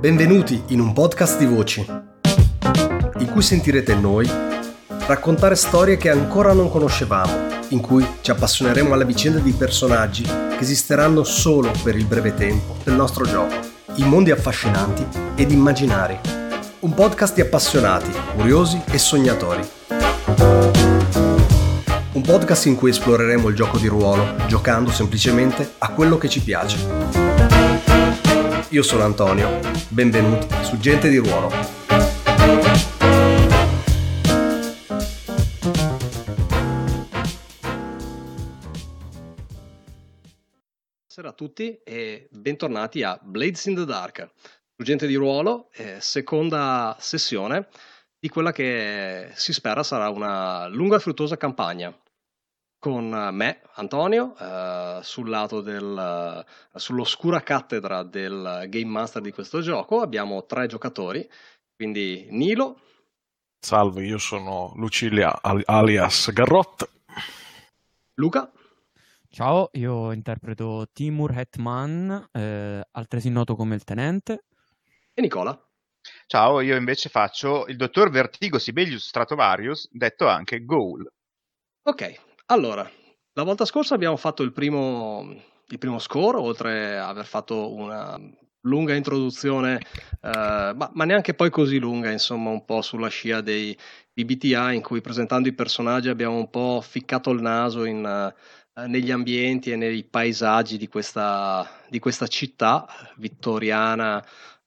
Benvenuti in un podcast di voci, in cui sentirete noi raccontare storie che ancora non conoscevamo, in cui ci appassioneremo alla vicenda di personaggi che esisteranno solo per il breve tempo del nostro gioco, in mondi affascinanti ed immaginari. Un podcast di appassionati, curiosi e sognatori. Un podcast in cui esploreremo il gioco di ruolo, giocando semplicemente a quello che ci piace. Io sono Antonio, benvenuti su Gente di Ruolo. Buonasera a tutti e bentornati a Blades in the Dark, su Gente di Ruolo, seconda sessione di quella che si spera sarà una lunga e fruttuosa campagna. Con me, Antonio, sul lato sull'oscura cattedra del Game Master di questo gioco abbiamo 3 giocatori, quindi Nilo. Salve, io sono Lucilia alias Garrot. Luca. Ciao, io interpreto Timur Hetman, altresì noto come il Tenente. E Nicola. Ciao, io invece faccio il dottor Vertigo Sibelius Stratovarius, detto anche Ghoul. Ok, allora, la volta scorsa abbiamo fatto il primo score, oltre ad aver fatto una lunga introduzione, ma neanche poi così lunga, insomma, un po' sulla scia dei BBTA, in cui presentando i personaggi abbiamo un po' ficcato il naso negli ambienti e nei paesaggi di questa città vittoriana,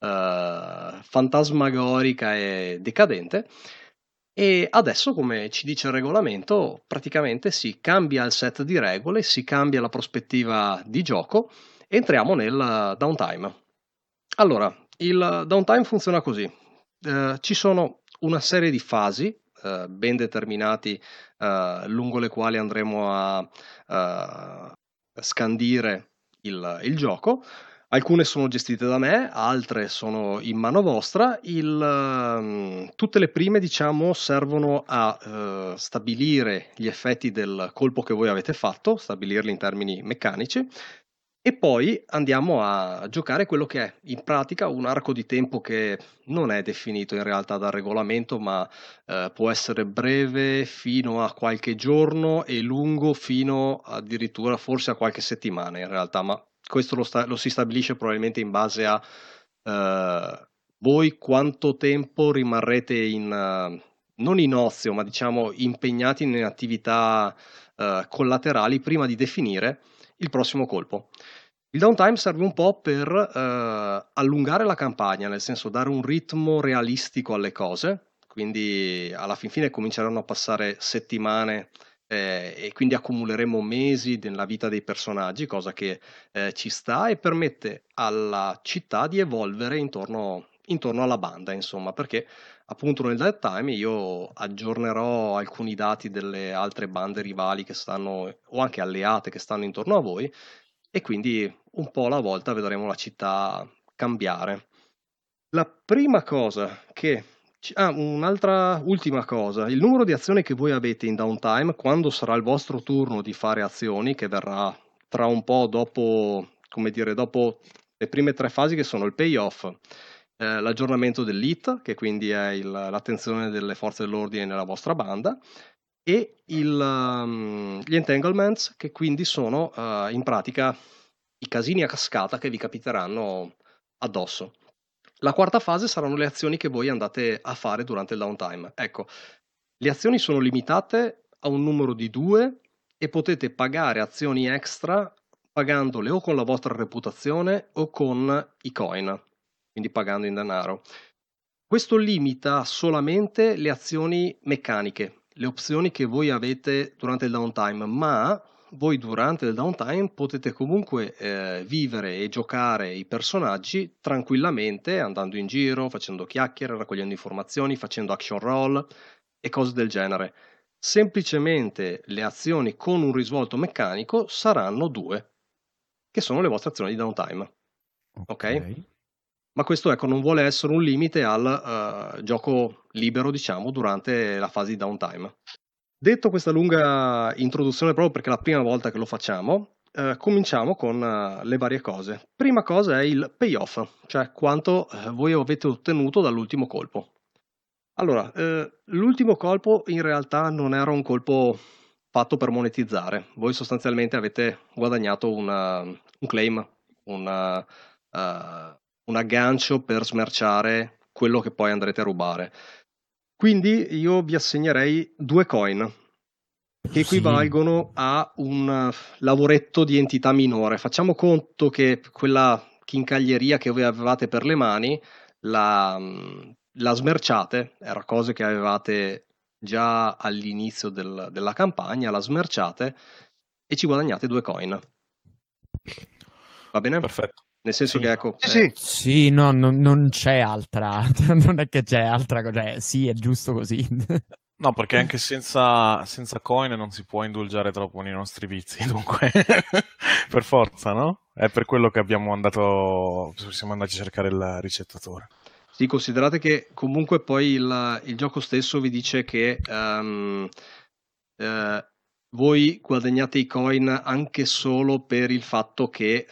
fantasmagorica e decadente. E adesso, come ci dice il regolamento, praticamente si cambia il set di regole, si cambia la prospettiva di gioco e entriamo nel downtime. Allora, il downtime funziona così. Ci sono una serie di fasi ben determinati lungo le quali andremo a scandire il gioco. Alcune sono gestite da me, altre sono in mano vostra. Tutte le prime, diciamo, servono a stabilire gli effetti del colpo che voi avete fatto, stabilirli in termini meccanici, e poi andiamo a giocare quello che è in pratica un arco di tempo che non è definito in realtà dal regolamento, ma può essere breve fino a qualche giorno e lungo fino addirittura forse a qualche settimana in realtà, ma questo lo si stabilisce probabilmente in base a voi quanto tempo rimarrete non in ozio, ma diciamo impegnati in attività collaterali prima di definire il prossimo colpo. Il downtime serve un po' per allungare la campagna, nel senso dare un ritmo realistico alle cose, quindi alla fin fine cominceranno a passare settimane e quindi accumuleremo mesi nella vita dei personaggi, cosa che ci sta e permette alla città di evolvere intorno alla banda, insomma, perché appunto nel downtime io aggiornerò alcuni dati delle altre bande rivali che stanno, o anche alleate che stanno intorno a voi, e quindi un po' alla volta vedremo la città cambiare. La prima cosa che... un'altra ultima cosa, il numero di azioni che voi avete in downtime, quando sarà il vostro turno di fare azioni, che verrà tra un po' dopo le prime 3 fasi che sono il payoff, l'aggiornamento dell'hit, che quindi è l'attenzione delle forze dell'ordine nella vostra banda, e gli entanglements, che quindi sono in pratica i casini a cascata che vi capiteranno addosso. La quarta fase saranno le azioni che voi andate a fare durante il downtime. Ecco, le azioni sono limitate a un numero di 2 e potete pagare azioni extra pagandole o con la vostra reputazione o con i coin, quindi pagando in denaro. Questo limita solamente le azioni meccaniche, le opzioni che voi avete durante il downtime, ma voi durante il downtime potete comunque vivere e giocare i personaggi tranquillamente, andando in giro, facendo chiacchiere, raccogliendo informazioni, facendo action roll e cose del genere. Semplicemente le azioni con un risvolto meccanico saranno 2, che sono le vostre azioni di downtime. Ok? Ma questo, ecco, non vuole essere un limite al gioco libero, diciamo, durante la fase di downtime. Detto questa lunga introduzione, proprio perché è la prima volta che lo facciamo, cominciamo con le varie cose. Prima cosa è il payoff, cioè quanto voi avete ottenuto dall'ultimo colpo. Allora, l'ultimo colpo in realtà non era un colpo fatto per monetizzare. Voi sostanzialmente avete guadagnato un claim, un aggancio per smerciare quello che poi andrete a rubare. Quindi io vi assegnerei 2 coin che equivalgono a un lavoretto di entità minore. Facciamo conto che quella chincaglieria che voi avevate per le mani la smerciate, era cose che avevate già all'inizio della campagna, la smerciate e ci guadagnate 2 coin. Va bene? Perfetto. Nel senso Sì. che ecco, Sì, no, non c'è altra, non è che c'è altra cosa, cioè, sì, è giusto così. No, perché anche senza coin non si può indulgere troppo nei nostri vizi, dunque per forza, no? È per quello che siamo andati a cercare il ricettatore. Sì, considerate che comunque poi il gioco stesso vi dice che voi guadagnate i coin anche solo per il fatto che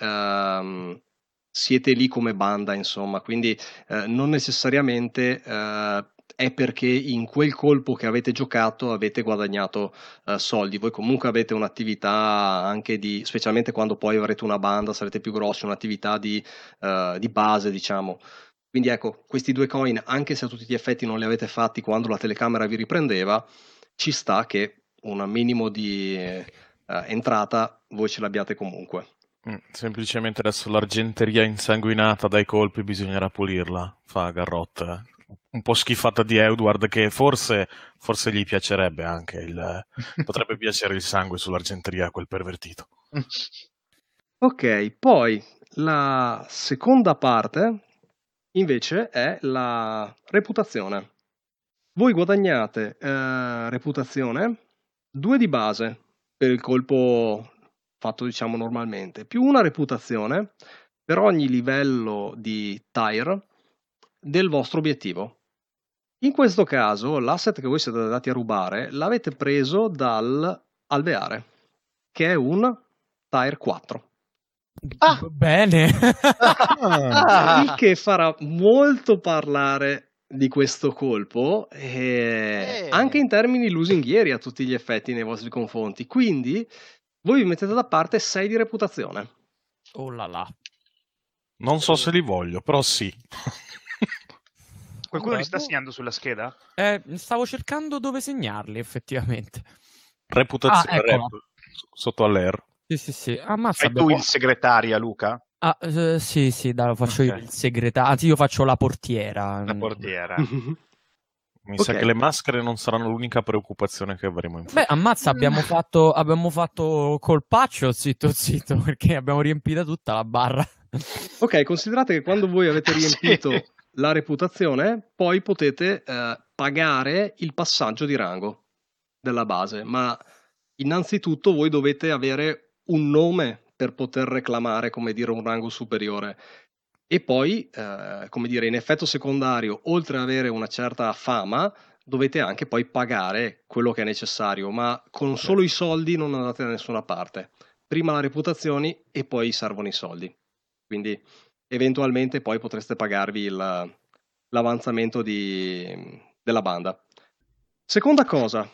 siete lì come banda, insomma, quindi non necessariamente è perché in quel colpo che avete giocato avete guadagnato soldi. Voi comunque avete un'attività anche specialmente quando poi avrete una banda, sarete più grossi, un'attività di base, diciamo. Quindi ecco, questi 2 coin, anche se a tutti gli effetti non li avete fatti quando la telecamera vi riprendeva, ci sta che un minimo di entrata voi ce l'abbiate comunque. Semplicemente adesso l'argenteria insanguinata dai colpi bisognerà pulirla, fa Garrot. Un po' schifata di Edward, che forse gli piacerebbe anche potrebbe piacere il sangue sull'argenteria a quel pervertito. Ok, poi la seconda parte invece è la reputazione. Voi guadagnate reputazione 2 di base per il colpo fatto, diciamo, normalmente, più una reputazione per ogni livello di tire del vostro obiettivo. In questo caso l'asset che voi siete andati a rubare l'avete preso dal alveare, che è un tire 4. Bene. Il che farà molto parlare di questo colpo, anche in termini lusinghieri a tutti gli effetti nei vostri confronti. Quindi voi vi mettete da parte 6 di reputazione. Oh là là. Non so se li voglio, però sì. Qualcuno li sta Bravo. segnando sulla scheda? Stavo cercando dove segnarli, effettivamente. Reputazione, eccola. rep, sotto all'R. Sì. Ammazza, Fai tu il segretaria, Luca? sì, lo faccio io Ok. il segretario. Anzi, io faccio la portiera. La portiera. Mi sa Ok. che le maschere non saranno l'unica preoccupazione che avremo in Beh, futuro. ammazza, abbiamo fatto colpaccio, zitto, perché abbiamo riempita tutta la barra. Ok, considerate che quando voi avete riempito Sì. la reputazione, poi potete pagare il passaggio di rango della base, ma innanzitutto voi dovete avere un nome per poter reclamare, come dire, un rango superiore. E poi, come dire, in effetto secondario, oltre ad avere una certa fama, dovete anche poi pagare quello che è necessario, ma con solo i soldi non andate da nessuna parte. Prima la reputazione e poi servono i soldi. Quindi eventualmente poi potreste pagarvi l'avanzamento della banda. Seconda cosa,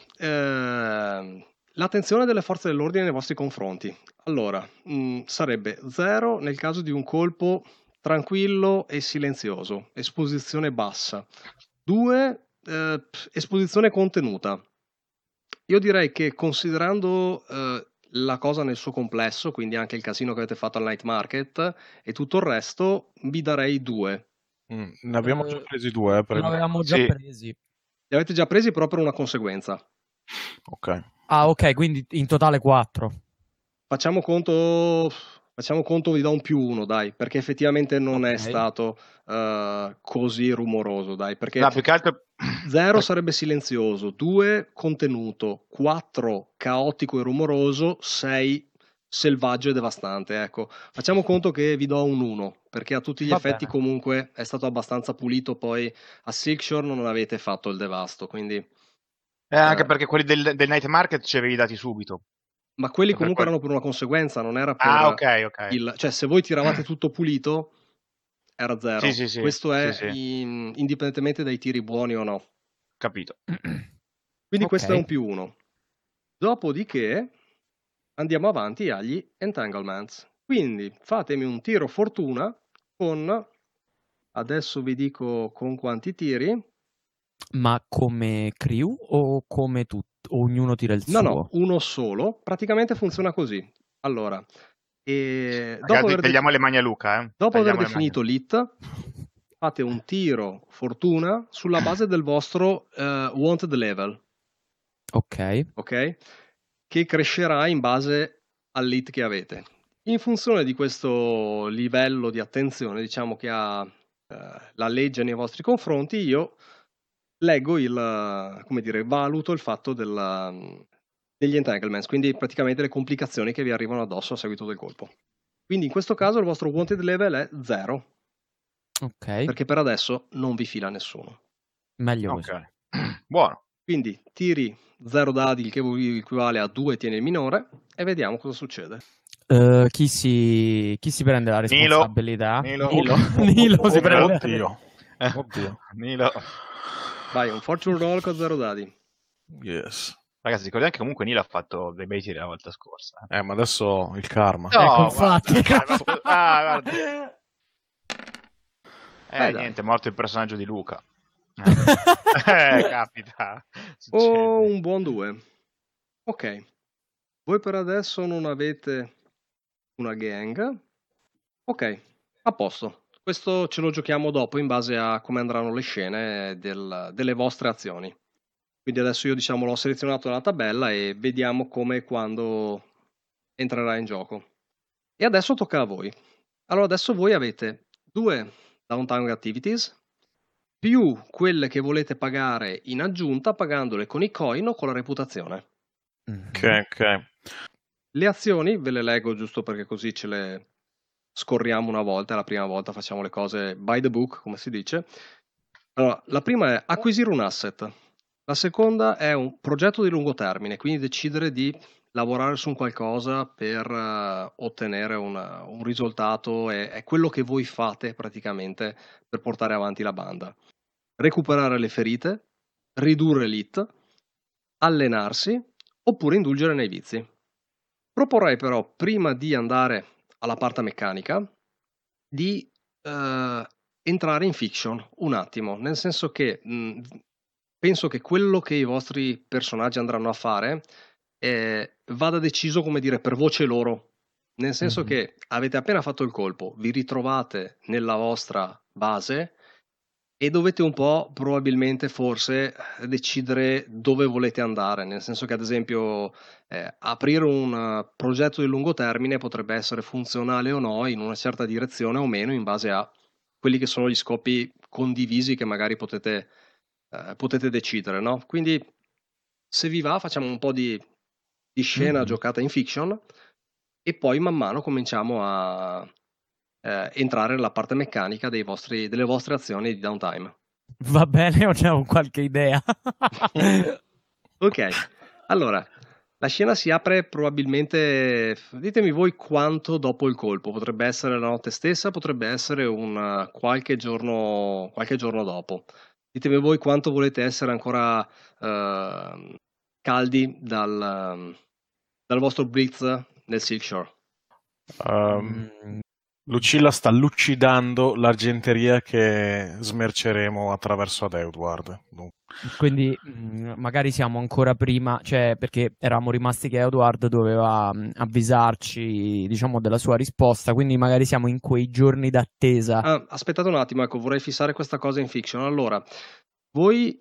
l'attenzione delle forze dell'ordine nei vostri confronti. Allora, sarebbe 0 nel caso di un colpo tranquillo e silenzioso, esposizione bassa. 2, esposizione contenuta. Io direi che considerando la cosa nel suo complesso, quindi anche il casino che avete fatto al night market e tutto il resto, vi darei 2. Ne abbiamo già presi 2, per il L'avevamo già Sì. presi. Li avete già presi però per una conseguenza. Ok. Ah, ok, quindi in totale 4. Facciamo conto, vi do un +1, dai, perché effettivamente non è Ok. stato così rumoroso, dai, perché No, più che altro 0 sarebbe silenzioso, 2 contenuto, 4 caotico e rumoroso, 6 selvaggio e devastante, ecco. Facciamo conto che vi do un 1, perché a tutti gli Va effetti bene. comunque è stato abbastanza pulito, poi a Silkshore non avete fatto il devasto, quindi anche perché quelli del night market ci avevi dati subito. Ma quelli Per comunque quel- erano per una conseguenza, non era per Ah, ok. cioè se voi tiravate tutto pulito era 0. Sì, Questo sì, è sì, indipendentemente dai tiri buoni o no. capito. Quindi questo è un Ok. +1. Dopodiché andiamo avanti agli entanglements. Quindi fatemi un tiro fortuna con, adesso vi dico con quanti tiri. Ma come crew o come tutto? Ognuno tira il No, suo? uno solo. Praticamente funziona così. Allora, Ragazzi, tagliamo le mani a Luca, dopo aver Tagliamo le mani. definito l'hit, fate un tiro fortuna sulla base del vostro wanted level, Ok. ok? Che crescerà in base all'hit che avete. In funzione di questo livello di attenzione, diciamo, che ha la legge nei vostri confronti, io leggo come dire, valuto il fatto degli entanglements, quindi praticamente le complicazioni che vi arrivano addosso a seguito del colpo. Quindi in questo caso il vostro wanted level è 0, Ok. perché per adesso non vi fila nessuno. Meglio così. Ok. Buono. Quindi tiri 0 dadi, il che equivale a 2, tieni il minore, e vediamo cosa succede. Chi si prende la Nilo. responsabilità? Nilo. Nilo si prende. Oddio. Nilo. Vai, un fortune roll con 0 dadi. Yes. Ragazzi, ricordate che comunque Nilo ha fatto dei bei tiri la volta scorsa. Ma adesso il karma. Ecco, infatti. Guarda. Dai. Niente, è morto il personaggio di Luca. Capita. Succede. Un buon 2. Ok. Voi per adesso non avete una gang. Ok, a posto. Questo ce lo giochiamo dopo in base a come andranno le scene delle vostre azioni. Quindi adesso io, diciamo, l'ho selezionato nella tabella e vediamo come e quando entrerà in gioco. E adesso tocca a voi. Allora adesso voi avete 2 downtime activities più quelle che volete pagare in aggiunta pagandole con i coin o con la reputazione. Ok. Le azioni ve le leggo giusto perché così ce le scorriamo una volta, la prima volta facciamo le cose by the book, come si dice. Allora, la prima è acquisire un asset. La seconda è un progetto di lungo termine, quindi decidere di lavorare su un qualcosa per ottenere un risultato, è quello che voi fate praticamente per portare avanti la banda. Recuperare le ferite, ridurre l'hit, allenarsi oppure indulgere nei vizi. Proporrei però, prima di andare alla parte meccanica, di entrare in fiction un attimo, nel senso che penso che quello che i vostri personaggi andranno a fare vada deciso, come dire, per voce loro, nel senso che avete appena fatto il colpo, vi ritrovate nella vostra base e dovete un po' probabilmente forse decidere dove volete andare, nel senso che ad esempio aprire un progetto di lungo termine potrebbe essere funzionale o no in una certa direzione o meno in base a quelli che sono gli scopi condivisi che magari potete decidere, no? Quindi se vi va facciamo un po' di scena giocata in fiction e poi man mano cominciamo a entrare nella parte meccanica delle vostre azioni di downtime. Va bene, ho già qualche idea. Ok, allora la scena si apre probabilmente, ditemi voi quanto dopo il colpo, potrebbe essere la notte stessa, potrebbe essere un qualche giorno dopo. Ditemi voi quanto volete essere ancora caldi dal vostro blitz nel Silk Shore. Lucilla sta lucidando l'argenteria che smerceremo attraverso ad Eudward. Quindi magari siamo ancora prima, cioè perché eravamo rimasti che Edward doveva avvisarci, diciamo, della sua risposta, quindi magari siamo in quei giorni d'attesa. Aspettate un attimo, ecco, vorrei fissare questa cosa in fiction. Allora, voi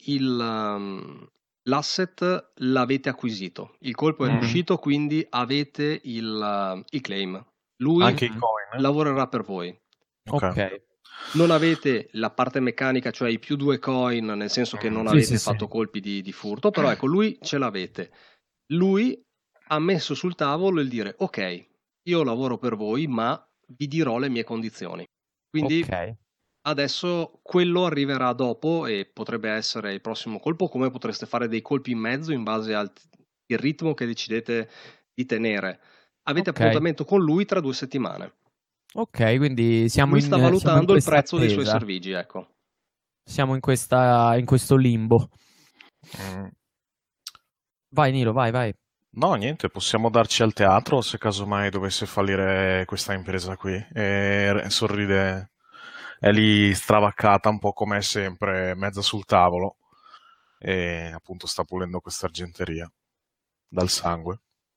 l'asset l'avete acquisito, il colpo è riuscito, quindi avete il claim. Lui Anche i coin? lavorerà per voi. Ok. Non avete la parte meccanica, cioè i più 2 coin, nel senso che non avete fatto colpi di furto, però ecco, lui ce l'avete. Lui ha messo sul tavolo il dire, ok, io lavoro per voi, ma vi dirò le mie condizioni. Quindi adesso quello arriverà dopo e potrebbe essere il prossimo colpo, come potreste fare dei colpi in mezzo in base al ritmo che decidete di tenere. Avete Ok. appuntamento con lui tra 2 settimane. Ok, quindi siamo Lui in, sta siamo in valutando il questa prezzo dei suoi attesa. servigi, ecco. Siamo in questo limbo. Mm. Vai Nilo, vai. No, niente, possiamo darci al teatro se casomai dovesse fallire questa impresa qui. E sorride, è lì stravaccata un po' come sempre, mezza sul tavolo. E appunto sta pulendo questa argenteria dal sangue.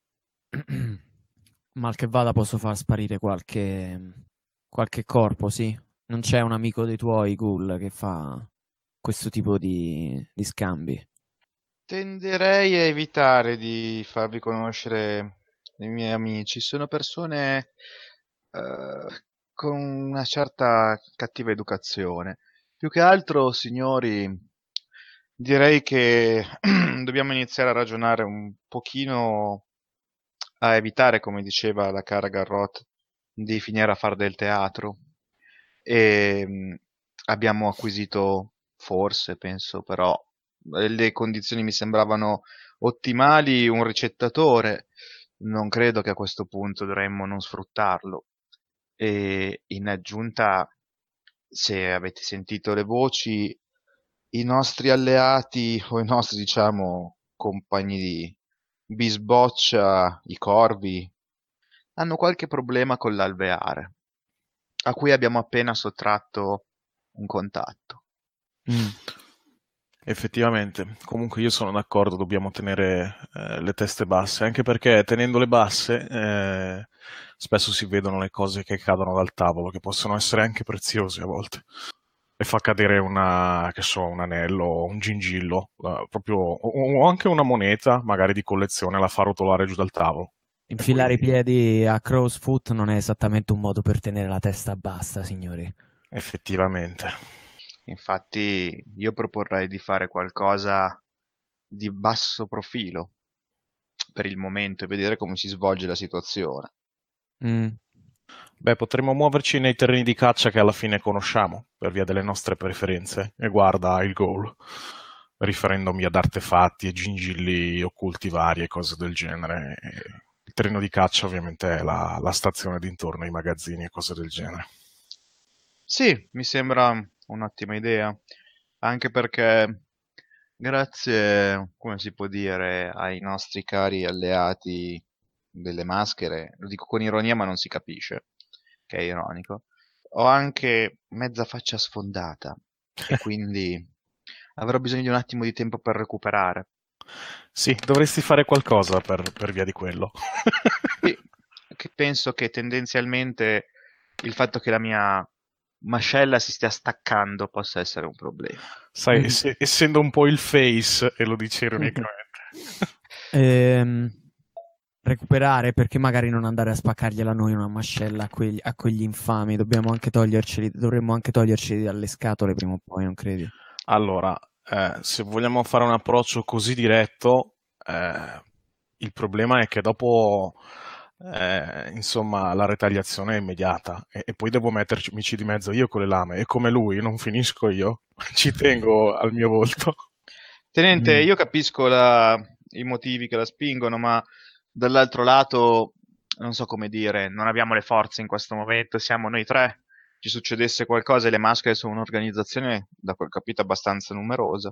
Mal che vada posso far sparire qualche corpo, sì. Non c'è un amico dei tuoi, Ghoul, che fa questo tipo di scambi. Tenderei a evitare di farvi conoscere i miei amici. Sono persone con una certa cattiva educazione. Più che altro, signori, direi che dobbiamo iniziare a ragionare un pochino a evitare, come diceva la cara Garrot, di finire a fare del teatro. E abbiamo acquisito, forse, penso, però le condizioni mi sembravano ottimali, un ricettatore. Non credo che a questo punto dovremmo non sfruttarlo. E in aggiunta, se avete sentito le voci, i nostri alleati o i nostri, diciamo, compagni di bisboccia, i corvi, hanno qualche problema con l'alveare, a cui abbiamo appena sottratto un contatto. Mm. Effettivamente, comunque io sono d'accordo, dobbiamo tenere le teste basse, anche perché tenendole basse spesso si vedono le cose che cadono dal tavolo, che possono essere anche preziose a volte. E fa cadere un anello, un gingillo, proprio, o anche una moneta, magari di collezione, la fa rotolare giù dal tavolo. Infilare i poi- piedi a crow's foot non è esattamente un modo per tenere la testa bassa, signori. Effettivamente. Infatti, io proporrei di fare qualcosa di basso profilo per il momento e vedere come si svolge la situazione. Mm. Beh, potremmo muoverci nei terreni di caccia che alla fine conosciamo, per via delle nostre preferenze. E guarda il goal, riferendomi ad artefatti e gingilli occulti vari e cose del genere. E il terreno di caccia ovviamente è la stazione d'intorno ai magazzini e cose del genere. Sì, mi sembra un'ottima idea, anche perché grazie, come si può dire, ai nostri cari alleati delle maschere, lo dico con ironia ma non si capisce, che è ironico, ho anche mezza faccia sfondata e quindi avrò bisogno di un attimo di tempo per recuperare. Sì, dovresti fare qualcosa per via di quello. Sì, che penso che tendenzialmente il fatto che la mia mascella si stia staccando possa essere un problema. Sai, Mm. essendo un po' il face, e lo dice ironicamente. Ehm, recuperare perché magari non andare a spaccargliela noi una mascella a quegli infami. Dovremmo anche toglierceli dalle scatole prima o poi, non credi? Allora, se vogliamo fare un approccio così diretto, il problema è che dopo, insomma, la retaliazione è immediata e poi devo metterci di mezzo io con le lame e come lui non finisco io, ci tengo al mio volto. Tenente, Mm. io capisco i motivi che la spingono, ma dall'altro lato, non so come dire, non abbiamo le forze in questo momento, siamo noi tre. Ci succedesse qualcosa e le maschere sono un'organizzazione, da quel capito, abbastanza numerosa.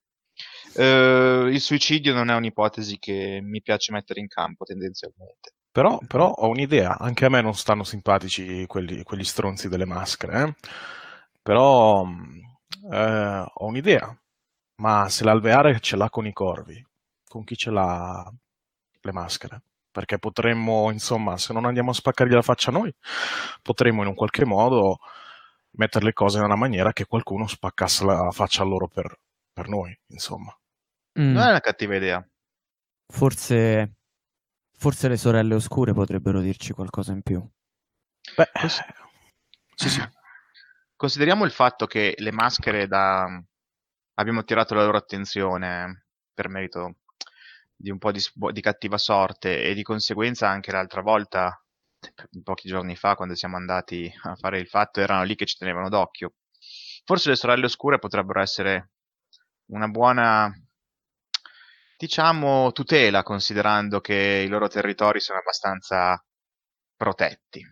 Il suicidio non è un'ipotesi che mi piace mettere in campo tendenzialmente. Però ho un'idea, anche a me non stanno simpatici quegli stronzi delle maschere, eh. Però ho un'idea, ma se l'alveare ce l'ha con i corvi, con chi ce l'ha le maschere? Perché potremmo, insomma, se non andiamo a spaccargli la faccia noi, potremmo in un qualche modo mettere le cose in una maniera che qualcuno spaccasse la faccia a loro per noi, insomma. Mm. Non è una cattiva idea. Forse le sorelle oscure potrebbero dirci qualcosa in più. Beh, Cos- sì. Consideriamo il fatto che le maschere abbiamo attirato la loro attenzione per merito di un po' di cattiva sorte e di conseguenza anche l'altra volta, pochi giorni fa, quando siamo andati a fare il fatto, erano lì che ci tenevano d'occhio. Forse le sorelle oscure potrebbero essere una buona diciamo, tutela, considerando che i loro territori sono abbastanza protetti.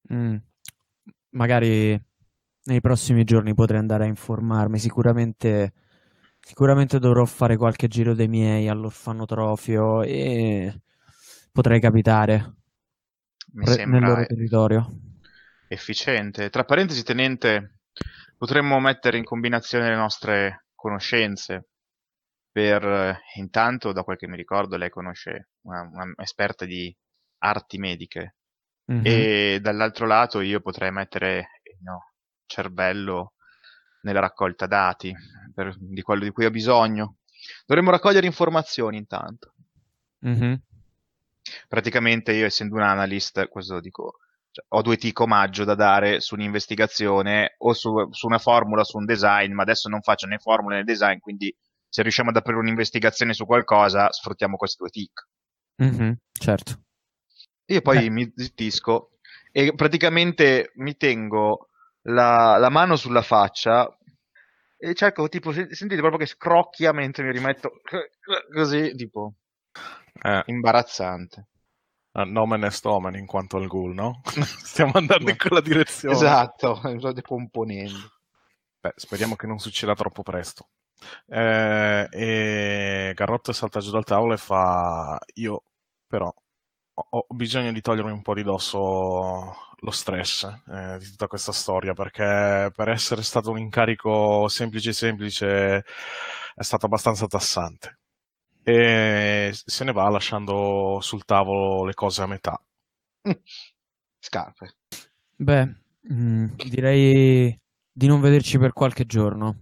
Magari nei prossimi giorni potrei andare a informarmi. Sicuramente dovrò fare qualche giro dei miei all'orfanotrofio e potrei capitare Mi nel sembra loro territorio. efficiente. Tra parentesi, tenente, potremmo mettere in combinazione le nostre conoscenze per, intanto, da quel che mi ricordo, lei conosce una esperta di arti mediche. Mhm. E dall'altro lato io potrei mettere il mio cervello nella raccolta dati di quello di cui ho bisogno. Dovremmo raccogliere informazioni intanto. Mhm. Praticamente io, essendo un analyst, questo lo dico, cioè, ho 2 tick omaggio da dare su un'investigazione o su una formula, su un design, ma adesso non faccio né formule né design, quindi se riusciamo ad aprire un'investigazione su qualcosa, sfruttiamo questi 2 tick. Mhm. Certo. Io poi mi zittisco e praticamente mi tengo la mano sulla faccia e cerco, tipo, sentite proprio che scrocchia mentre mi rimetto così, tipo, imbarazzante. Nomen est omen in quanto al ghoul, no? Stiamo andando in quella direzione. Esatto, mi sto decomponendo. Beh, speriamo che non succeda troppo presto. E Garrotto salta giù dal tavolo e fa: io però ho bisogno di togliermi un po' di dosso lo stress di tutta questa storia, perché per essere stato un incarico semplice è stato abbastanza tassante. E se ne va lasciando sul tavolo le cose a metà. Scarpe. Beh, direi di non vederci per qualche giorno.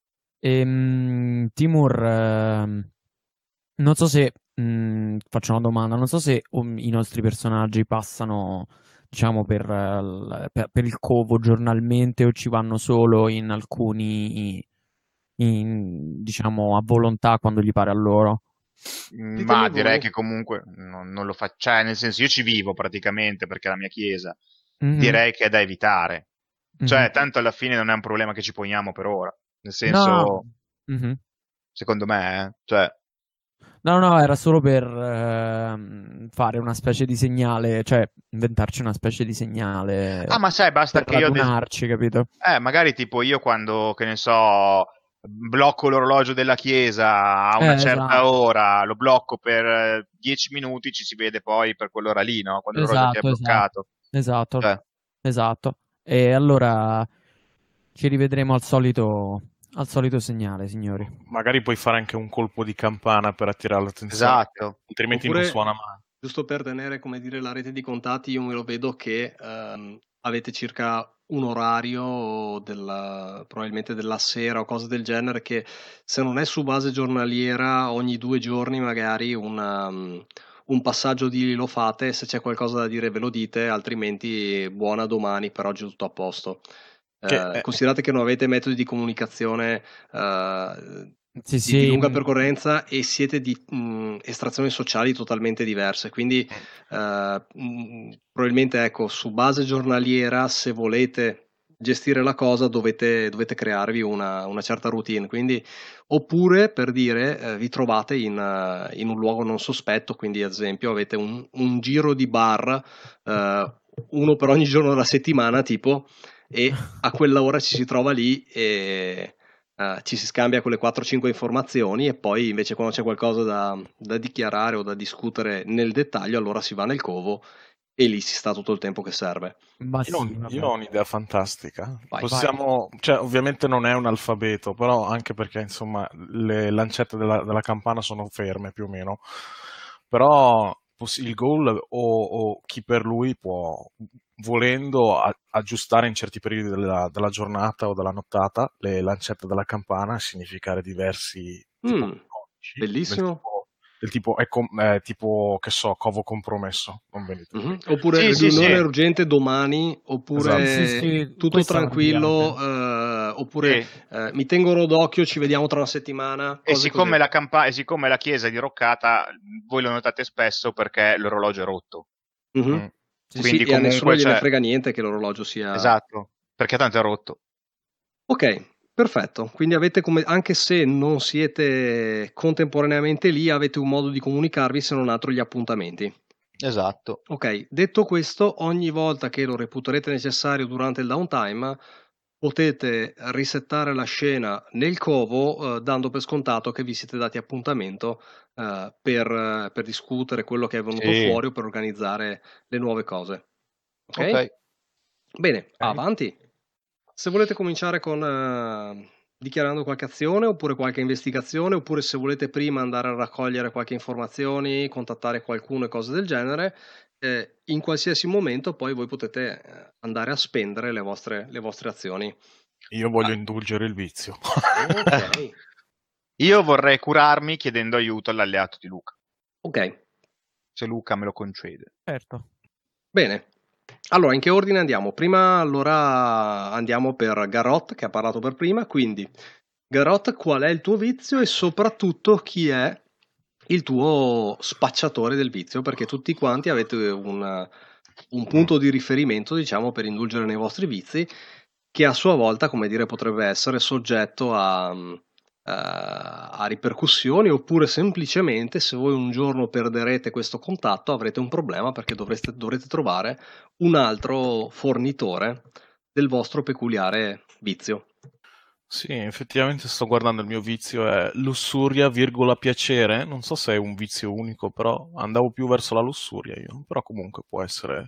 Timur, non so se faccio una domanda, non so se i nostri personaggi passano, diciamo, per il covo giornalmente o ci vanno solo in alcuni, diciamo, a volontà quando gli pare a loro. Ma direi che comunque non lo faccio, cioè, nel senso, io ci vivo praticamente perché è la mia chiesa. Mhm. Direi che è da evitare. Cioè, Mhm. tanto alla fine non è un problema che ci poniamo per ora. Nel No. senso, Mhm. secondo me, cioè, No, era solo per fare una specie di segnale, cioè inventarci una specie di segnale ma sai, basta per che io radunarci, capito? magari tipo io quando, che ne so, blocco l'orologio della chiesa a una certa Esatto, ora, lo blocco per 10 minuti, ci si vede poi per quell'ora lì, no? Quando l'orologio ti è esatto, bloccato. esatto, Cioè, esatto. E allora ci rivedremo al solito segnale, signori. Magari puoi fare anche un colpo di campana per attirare l'attenzione, esatto. altrimenti Oppure, non suona mai. giusto per tenere, come dire, la rete di contatti, io me lo vedo che avete circa un orario probabilmente della sera o cose del genere, che se non è su base giornaliera, ogni 2 giorni magari un passaggio di lì lo fate, se c'è qualcosa da dire ve lo dite, altrimenti buona domani, per oggi è tutto a posto. Considerate che non avete metodi di comunicazione di lunga percorrenza e siete di estrazioni sociali totalmente diverse, quindi probabilmente, ecco, su base giornaliera, se volete gestire la cosa dovete crearvi una certa routine, quindi, oppure, per dire, vi trovate in un luogo non sospetto, quindi ad esempio avete un giro di bar, uno per ogni giorno della settimana tipo, e a quella ora ci si trova lì e ci si scambia quelle 4-5 informazioni, e poi invece quando c'è qualcosa da dichiarare o da discutere nel dettaglio, allora si va nel covo e lì si sta tutto il tempo che serve. Ma Io, sì, io ho un'idea fantastica. Vai. Possiamo, cioè, ovviamente non è un alfabeto, però anche perché insomma le lancette della campana sono ferme più o meno. Però il goal o chi per lui può, volendo, aggiustare in certi periodi della giornata o della nottata le lancette della campana a significare diversi tipo codici, Bellissimo. del tipo, tipo, che so, covo compromesso, non venite qui. Oppure Sì, riunione sì. urgente domani, oppure Sì, tutto questa tranquillo, oppure mi tengono d'occhio, ci vediamo tra una settimana. E Cose siccome così. e siccome la chiesa è diroccata, voi lo notate spesso perché l'orologio è rotto. Mhm. Quindi Sì, e a nessuno comunque gliene c'è... frega niente che l'orologio sia... Esatto, perché tanto è rotto. Ok, Perfetto, quindi avete anche se non siete contemporaneamente lì, avete un modo di comunicarvi se non altro gli appuntamenti. Esatto. Ok, detto questo, ogni volta che lo reputerete necessario durante il downtime, potete risettare la scena nel covo, dando per scontato che vi siete dati appuntamento per discutere quello che è venuto Sì. fuori o per organizzare le nuove cose. Ok? Ok. Bene, avanti. Se volete cominciare con dichiarando qualche azione oppure qualche investigazione, oppure se volete prima andare a raccogliere qualche informazioni, contattare qualcuno e cose del genere, in qualsiasi momento poi voi potete andare a spendere le vostre azioni. Io voglio indulgere il vizio. Ok. Io vorrei curarmi chiedendo aiuto all'alleato di Luca, Ok, se Luca me lo concede. Certo. bene. Allora, in che ordine andiamo? Prima allora andiamo per Garrot, che ha parlato per prima, quindi Garrot, qual è il tuo vizio e soprattutto chi è il tuo spacciatore del vizio? Perché tutti quanti avete un punto di riferimento, diciamo, per indulgere nei vostri vizi, che a sua volta, come dire, potrebbe essere soggetto a ripercussioni, oppure semplicemente se voi un giorno perderete questo contatto avrete un problema perché dovrete trovare un altro fornitore del vostro peculiare vizio. Sì, effettivamente sto guardando, il mio vizio è lussuria, virgola piacere. Non so se è un vizio unico, però andavo più verso la lussuria io. Però comunque può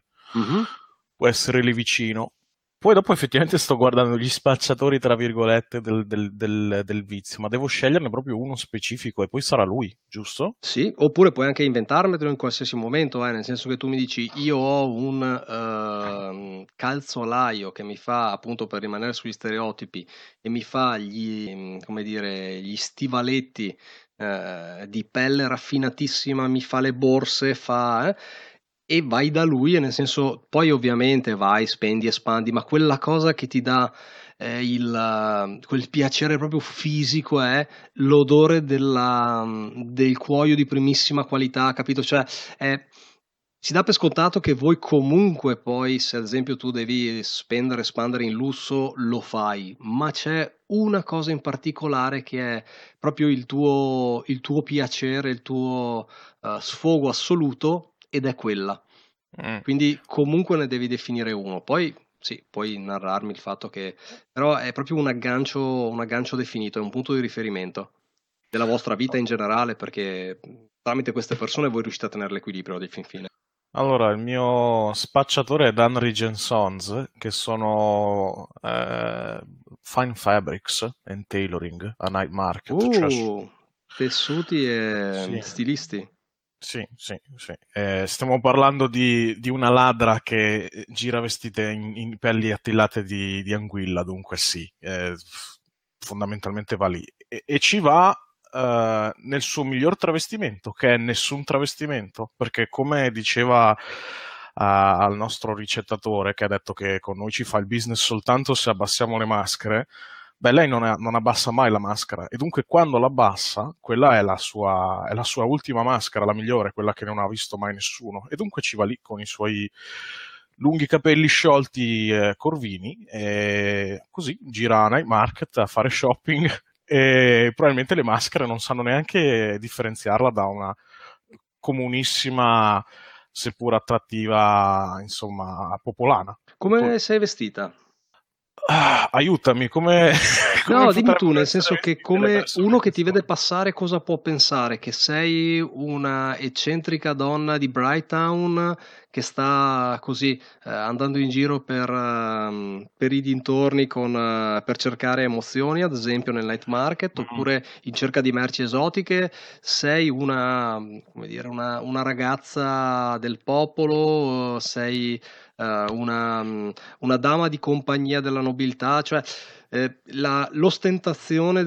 essere lì vicino. Poi dopo effettivamente sto guardando gli spacciatori, tra virgolette, del vizio, ma devo sceglierne proprio uno specifico e poi sarà lui, giusto? Sì, oppure puoi anche inventarmelo in qualsiasi momento, nel senso che tu mi dici io ho un calzolaio che mi fa, appunto per rimanere sugli stereotipi, e mi fa come dire, gli stivaletti di pelle raffinatissima, mi fa le borse, e vai da lui, e nel senso, poi ovviamente vai, spendi, espandi, ma quella cosa che ti dà quel piacere proprio fisico è l'odore del cuoio di primissima qualità, capito? Cioè, si dà per scontato che voi comunque poi, se ad esempio tu devi spendere, espandere in lusso, lo fai, ma c'è una cosa in particolare che è proprio il tuo piacere, il tuo sfogo assoluto, ed è quella. Quindi comunque ne devi definire uno. Poi sì, puoi narrarmi il fatto che però è proprio un aggancio definito, è un punto di riferimento della vostra vita in generale, perché tramite queste persone voi riuscite a tenere l'equilibrio di fin fine. Allora, il mio spacciatore è Danridge Sons, che sono Fine Fabrics and Tailoring a Night Market. Cioè, Tessuti e sì, stilisti. sì, sì, sì. Stiamo parlando di una ladra che gira vestita in pelli attillate di anguilla, dunque sì, fondamentalmente va lì. E ci va nel suo miglior travestimento, che è nessun travestimento, perché come diceva al nostro ricettatore, che ha detto che con noi ci fa il business soltanto se abbassiamo le maschere, beh, lei non abbassa mai la maschera, e dunque quando l'abbassa, quella è la sua ultima maschera, la migliore, quella che non ha visto mai nessuno, e dunque ci va lì con i suoi lunghi capelli sciolti corvini, e così gira a Night Market a fare shopping, e probabilmente le maschere non sanno neanche differenziarla da una comunissima, seppur attrattiva, insomma, popolana. Come sei vestita? Aiutami, come No, dimmi tu, potrebbero nel essere senso che vestite le come persone uno che che ti vede sono? passare cosa può pensare? Che sei una eccentrica donna di Brighttown che sta così andando in giro per i dintorni per cercare emozioni, ad esempio nel night market, oppure in cerca di merci esotiche? Sei come dire, una ragazza del popolo? Sei una dama di compagnia della nobiltà? Cioè l'ostentazione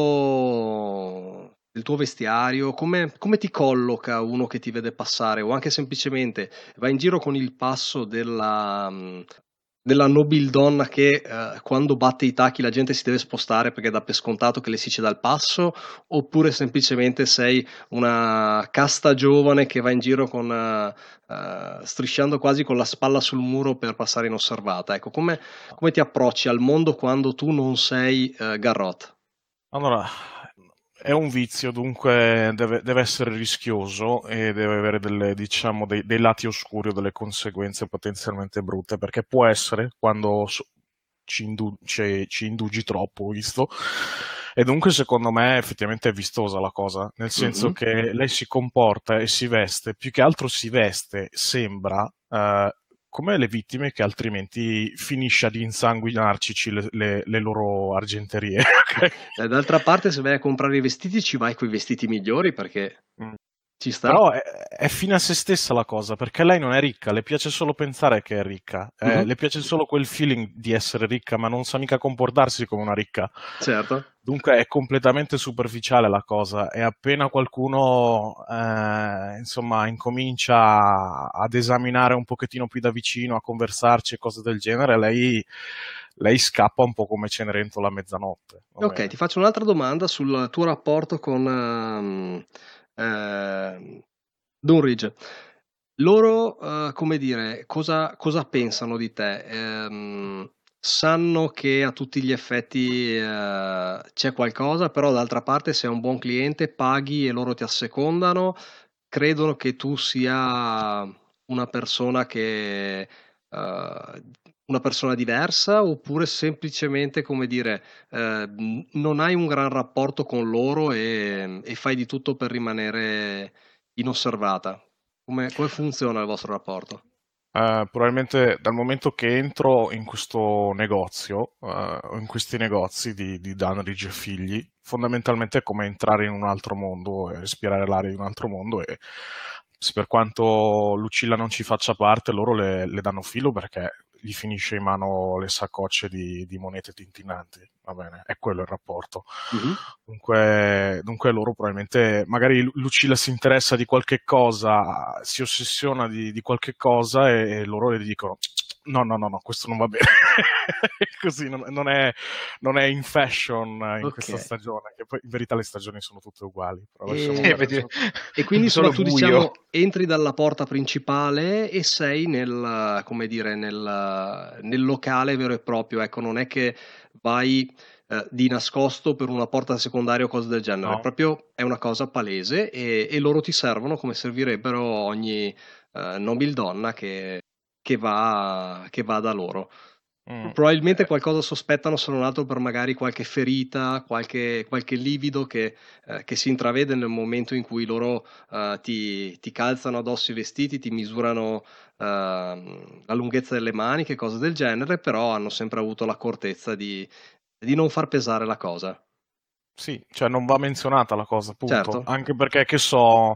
del tuo vestiario, come ti colloca uno che ti vede passare, o anche semplicemente va in giro con il passo della nobildonna che quando batte i tacchi la gente si deve spostare perché dà per scontato che le si ceda il passo, oppure semplicemente sei una casta giovane che va in giro con strisciando quasi con la spalla sul muro per passare inosservata? Ecco, come ti approcci al mondo quando tu non sei Garrot? Allora, è un vizio, dunque deve essere rischioso e deve avere diciamo, dei lati oscuri o delle conseguenze potenzialmente brutte, perché può essere quando ci indugi troppo, visto. E dunque secondo me effettivamente è vistosa la cosa, nel senso che lei si comporta e si veste, più che altro si veste, sembra come le vittime che altrimenti finisce ad insanguinarci le loro argenterie. Okay? D'altra parte, se vai a comprare i vestiti, ci vai con i vestiti migliori perché ci sta. Però è fine a se stessa la cosa, perché lei non è ricca, le piace solo pensare che è ricca, le piace solo quel feeling di essere ricca, ma non sa mica comportarsi come una ricca. Certo. Dunque è completamente superficiale la cosa, e appena qualcuno insomma incomincia ad esaminare un pochettino più da vicino, a conversarci e cose del genere, lei scappa un po' come Cenerentola a mezzanotte. Ok, ti faccio un'altra domanda sul tuo rapporto con Dunridge. Loro, come dire, cosa pensano di te? Sanno che a tutti gli effetti c'è qualcosa, però d'altra parte sei un buon cliente, paghi e loro ti assecondano, credono che tu sia una persona una persona diversa, oppure semplicemente, come dire, non hai un gran rapporto con loro e fai di tutto per rimanere inosservata? Come funziona il vostro rapporto? Probabilmente dal momento che entro in questo negozio, in questi negozi di Dunridge e figli, fondamentalmente è come entrare in un altro mondo e respirare l'aria di un altro mondo, e per quanto Lucilla non ci faccia parte, loro le danno filo perché gli finisce in mano le saccocce di monete tintinnanti, va bene, è quello il rapporto. Dunque loro probabilmente, magari Lucilla si interessa di qualche cosa, si ossessiona di qualche cosa, e loro le dicono no, questo non va bene. Così non è in fashion in questa stagione, che poi in verità le stagioni sono tutte uguali. Però e quindi solo tu, diciamo, entri dalla porta principale e sei nel locale vero e proprio, ecco, non è che vai di nascosto per una porta secondaria o cose del genere, No. proprio è una cosa palese, e loro ti servono come servirebbero ogni nobildonna che va da loro. Probabilmente qualcosa sospettano, se non altro per magari qualche ferita, qualche livido che si intravede nel momento in cui loro ti calzano addosso i vestiti, ti misurano la lunghezza delle maniche, cose del genere, però hanno sempre avuto l'accortezza di non far pesare la cosa. Sì, cioè non va menzionata la cosa, punto. Certo. Anche perché, che so,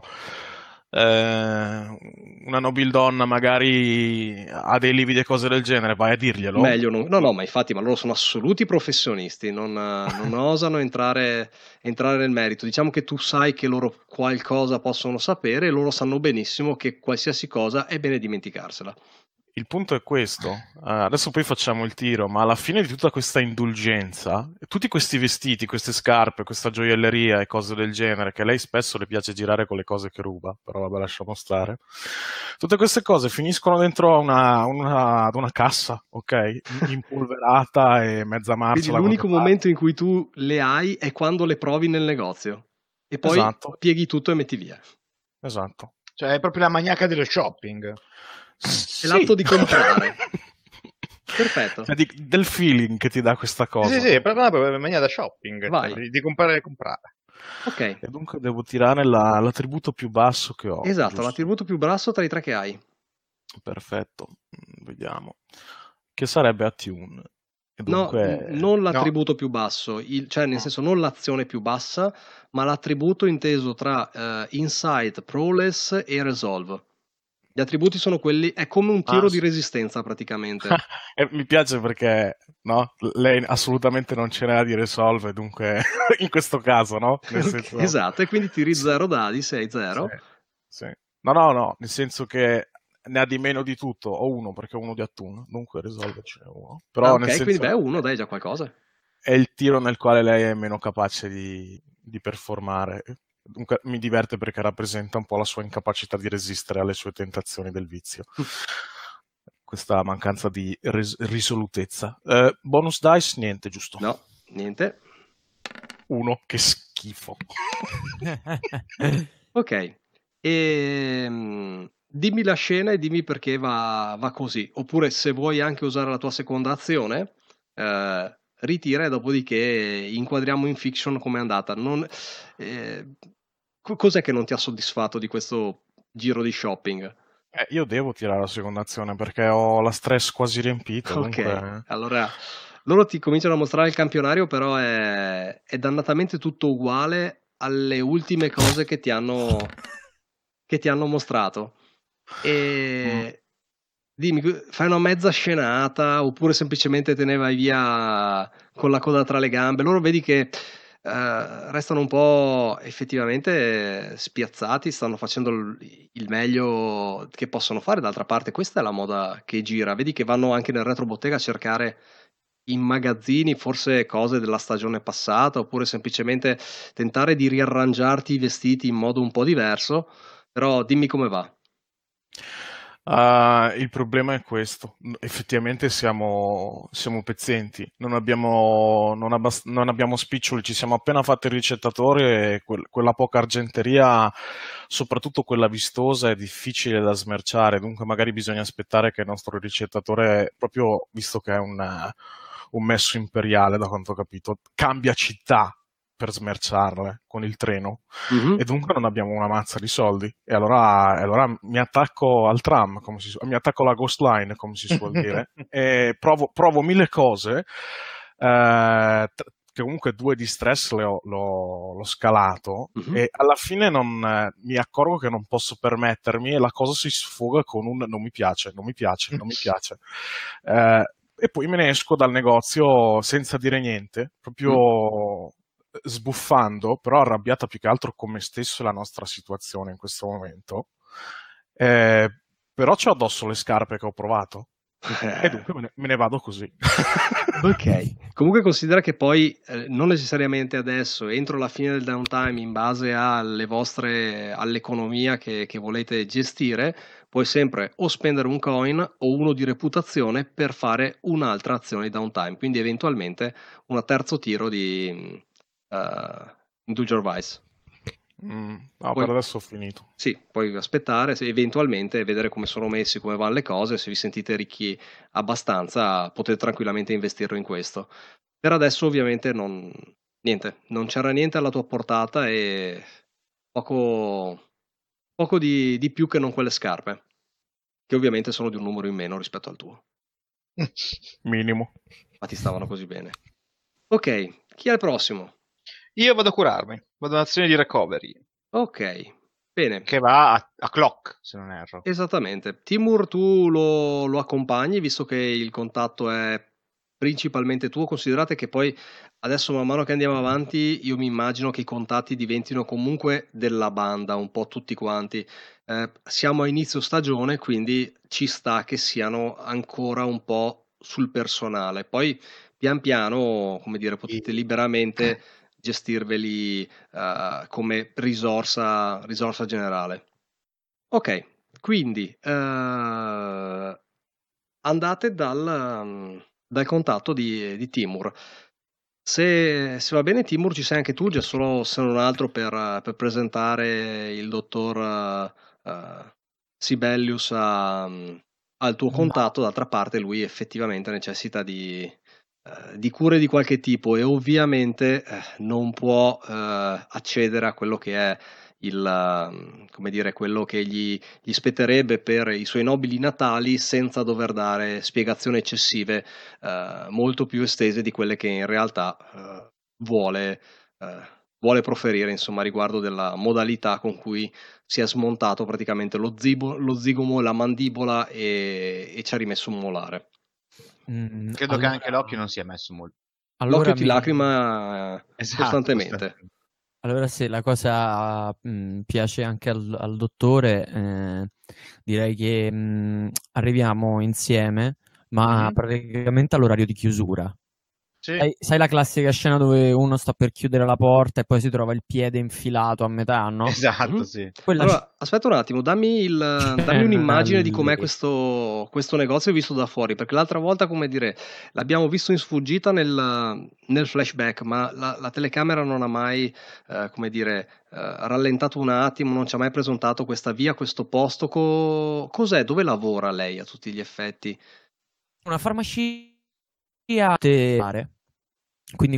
una nobildonna magari ha dei lividi e cose del genere, vai a dirglielo. Meglio no, ma infatti, ma loro sono assoluti professionisti, non osano entrare nel merito. Diciamo che tu sai che loro qualcosa possono sapere, e loro sanno benissimo che qualsiasi cosa è bene dimenticarsela. Il punto è questo, adesso poi facciamo il tiro, ma alla fine di tutta questa indulgenza, tutti questi vestiti, queste scarpe, questa gioielleria e cose del genere, che a lei spesso le piace girare con le cose che ruba, però vabbè, lasciamo stare, tutte queste cose finiscono dentro ad una cassa, ok? Impolverata e mezza marcia. Quindi l'unico momento in cui tu le hai è quando le provi nel negozio, e poi pieghi tutto e metti via. Esatto. Cioè è proprio la maniaca dello shopping. È l'atto di comprare. Perfetto. Cioè, del feeling che ti dà questa cosa. Sì, è proprio una maniera da shopping, cioè, di comprare e comprare. Ok. E dunque devo tirare l'attributo più basso che ho. Esatto, giusto? l'attributo più basso tra i 3 che hai. Perfetto, vediamo. Che sarebbe Attune. E dunque... No, non l'attributo più basso, cioè nel senso non l'azione più bassa, ma l'attributo inteso tra Insight, Prowess e Resolve. Gli attributi sono quelli, è come un tiro di resistenza praticamente. Mi piace perché no? Lei assolutamente non ce n'ha di Resolve, dunque in questo caso, no? Nel senso... Esatto, e quindi tiri 0 dadi, 6, 0. Sì. No, nel senso che ne ha di meno di tutto, o uno perché ho uno di Attun, dunque risolvercene uno. Però nel ok, quindi senso uno dai già qualcosa. è il tiro nel quale lei è meno capace di performare. Dunque mi diverte perché rappresenta un po' la sua incapacità di resistere alle sue tentazioni del vizio. Questa mancanza di risolutezza. Bonus dice, niente, giusto? No, niente. Uno, che schifo. Ok, dimmi la scena e dimmi perché va così. Oppure se vuoi anche usare la tua seconda azione, ritira e dopodiché inquadriamo in fiction com'è andata. Cos'è che non ti ha soddisfatto di questo giro di shopping? Io devo tirare la seconda azione perché ho la stress quasi riempita. Ok, Dunque... allora loro ti cominciano a mostrare il campionario, però è dannatamente tutto uguale alle ultime cose che ti hanno mostrato. E dimmi, fai una mezza scenata oppure semplicemente te ne vai via con la coda tra le gambe? Loro vedi che restano un po' effettivamente spiazzati, stanno facendo il meglio che possono fare. D'altra parte, questa è la moda che gira. Vedi che vanno anche nel retrobottega a cercare in magazzini forse cose della stagione passata, oppure semplicemente tentare di riarrangiarti i vestiti in modo un po' diverso. Però dimmi come va. Il problema è questo, effettivamente siamo pezzenti, non abbiamo spiccioli, ci siamo appena fatti il ricettatore e quella poca argenteria, soprattutto quella vistosa, è difficile da smerciare, dunque magari bisogna aspettare che il nostro ricettatore, proprio visto che è un messo imperiale da quanto ho capito, cambia città per smerciarle con il treno. Mhm. E dunque non abbiamo una mazza di soldi. E allora mi attacco al tram, mi attacco alla Ghost Line, come si suol dire, e provo 1000 cose, che comunque 2 di stress l'ho scalato, Mhm. e alla fine mi accorgo che non posso permettermi e la cosa si sfoga con un non mi piace, non mi piace, non mi piace. E poi me ne esco dal negozio senza dire niente, proprio sbuffando, però arrabbiata più che altro con me stesso e la nostra situazione in questo momento. Però c'ho addosso le scarpe che ho provato e dunque me ne vado così. Ok, comunque considera che poi non necessariamente adesso, entro la fine del downtime, in base all'economia che volete gestire, puoi sempre o spendere un coin o uno di reputazione per fare un'altra azione di downtime, quindi eventualmente un terzo tiro di Indulge or Vice. No, Poi- per adesso ho finito. Sì, puoi aspettare, eventualmente vedere come sono messi, come vanno le cose, se vi sentite ricchi abbastanza potete tranquillamente investirlo in questo. Per adesso ovviamente non c'era niente alla tua portata e poco di più che non quelle scarpe, che ovviamente sono di un numero in meno rispetto al tuo, Minimo. ma ti stavano così bene. Ok, chi è il prossimo? Io vado a curarmi, vado un'azione di recovery, Ok, bene. che va a clock, se non erro. Esattamente. Timur, tu lo accompagni, visto che il contatto è principalmente tuo. Considerate che poi adesso, man mano che andiamo avanti, io mi immagino che i contatti diventino comunque della banda, un po' tutti quanti. Siamo a inizio stagione, quindi ci sta che siano ancora un po' sul personale. Poi, pian piano, come dire, potete liberamente gestirveli come risorsa generale. Ok, quindi andate dal contatto di Timur. Se va bene, Timur, ci sei anche tu, già solo se non altro per presentare il dottor Sibelius al tuo contatto. D'altra parte, lui effettivamente necessita di cure di qualche tipo e ovviamente non può accedere a quello che è come dire, quello che gli spetterebbe per i suoi nobili natali senza dover dare spiegazioni eccessive molto più estese di quelle che in realtà vuole proferire, insomma, riguardo della modalità con cui si è smontato praticamente lo zigomo, la mandibola e ci ha rimesso un molare. Credo che anche l'occhio non sia messo molto. L'occhio ti lacrima Esatto, costantemente. Allora, se la cosa piace anche al dottore, direi che arriviamo insieme, ma Mhm. praticamente all'orario di chiusura. Sì, Sai la classica scena dove uno sta per chiudere la porta e poi si trova il piede infilato a metà, no? esatto, Mhm. sì. Quella Allora, aspetta un attimo, dammi scena un'immagine di com'è lì. questo negozio visto da fuori, perché l'altra volta, come dire, l'abbiamo visto in sfuggita nel flashback, ma la telecamera non ha mai, come dire, rallentato un attimo, non ci ha mai presentato questa via, questo posto. Cos'è? Dove lavora lei a tutti gli effetti? Una farmacia quindi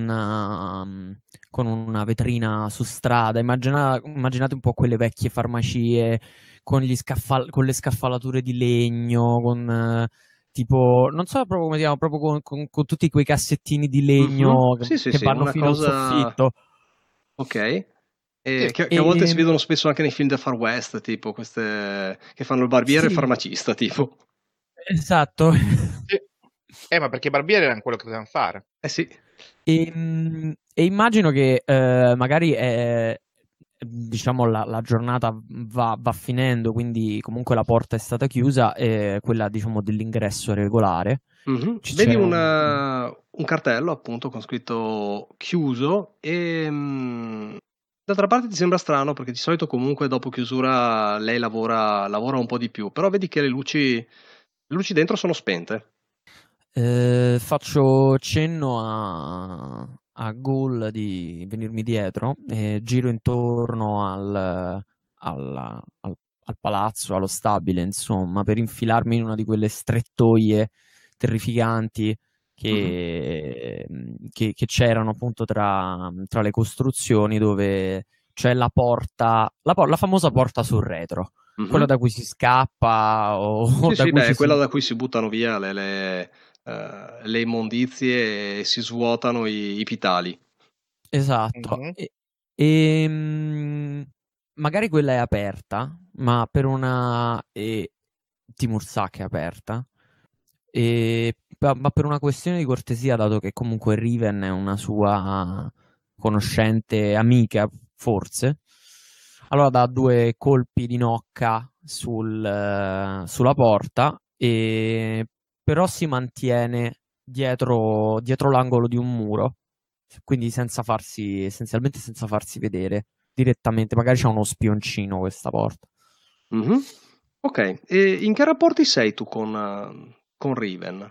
con una vetrina su strada. Immaginate un po' quelle vecchie farmacie con le scaffalature di legno, tipo, non so proprio come si chiama, proprio con tutti quei cassettini di Mhm. legno Sì, sì, che sì, vanno una fino al cosa. soffitto. Ok. Sì, Che a volte si E, vedono spesso anche nei film del Far West, tipo queste che fanno il barbiere e il sì, farmacista, tipo. esatto. sì. Ma perché i barbieri erano quello che potevano fare. Eh sì. E immagino che magari diciamo la giornata va finendo, quindi comunque la porta è stata chiusa, quella diciamo dell'ingresso regolare. Mhm. Vedi C'è un cartello appunto con scritto chiuso e d'altra parte ti sembra strano perché di solito comunque dopo chiusura lei lavora un po' di più, però vedi che le luci dentro sono spente. Faccio cenno a Ghoul di venirmi dietro e giro intorno al palazzo, allo stabile, insomma, per infilarmi in una di quelle strettoie terrificanti Mhm. che c'erano appunto tra le costruzioni dove c'è la porta, la famosa porta sul retro, quella Mhm. da cui si scappa o Sì, da sì, cui beh, è ci quella si... da cui si buttano via le immondizie e si svuotano i pitali. Esatto. Mhm. E magari quella è aperta, ma per una... Timur sa che è aperta, ma per una questione di cortesia, dato che comunque Riven è una sua conoscente, amica, forse, allora dà due colpi di nocca sulla porta, però si mantiene dietro l'angolo di un muro, quindi essenzialmente senza farsi vedere direttamente. Magari c'è uno spioncino questa porta. Mhm. Ok, e in che rapporti sei tu con Riven?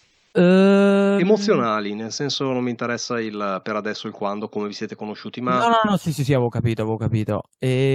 Ehm, Emozionali, nel senso non mi interessa per adesso il quando, come vi siete conosciuti, ma No, no, no, sì, sì, sì, avevo capito, avevo capito.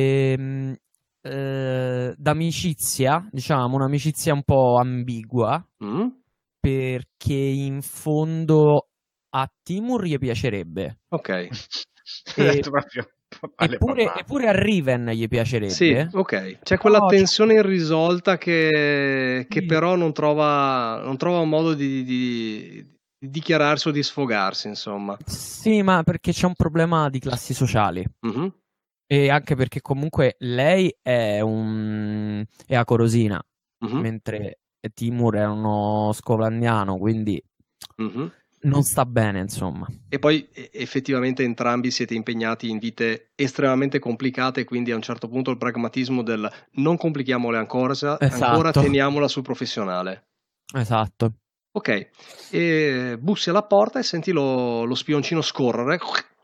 D'amicizia, diciamo, un'amicizia un po' ambigua, mm? perché in fondo a Timur gli piacerebbe, Ok, Ho e- detto proprio alle papà. eppure a Riven gli sì, piacerebbe, ok, c'è quella però tensione irrisolta che sì, però non trova un modo di dichiararsi o di sfogarsi, insomma. sì, ma perché c'è un problema di classi sociali. Mhm, E anche perché comunque lei è a Corosina, mhm, mentre Timur è uno scolandiano, quindi mhm. non sta bene, insomma. E poi effettivamente entrambi siete impegnati in vite estremamente complicate, quindi a un certo punto il pragmatismo del non complichiamole ancora Esatto, teniamola sul professionale. esatto. Ok, e bussi alla porta e senti lo spioncino scorrere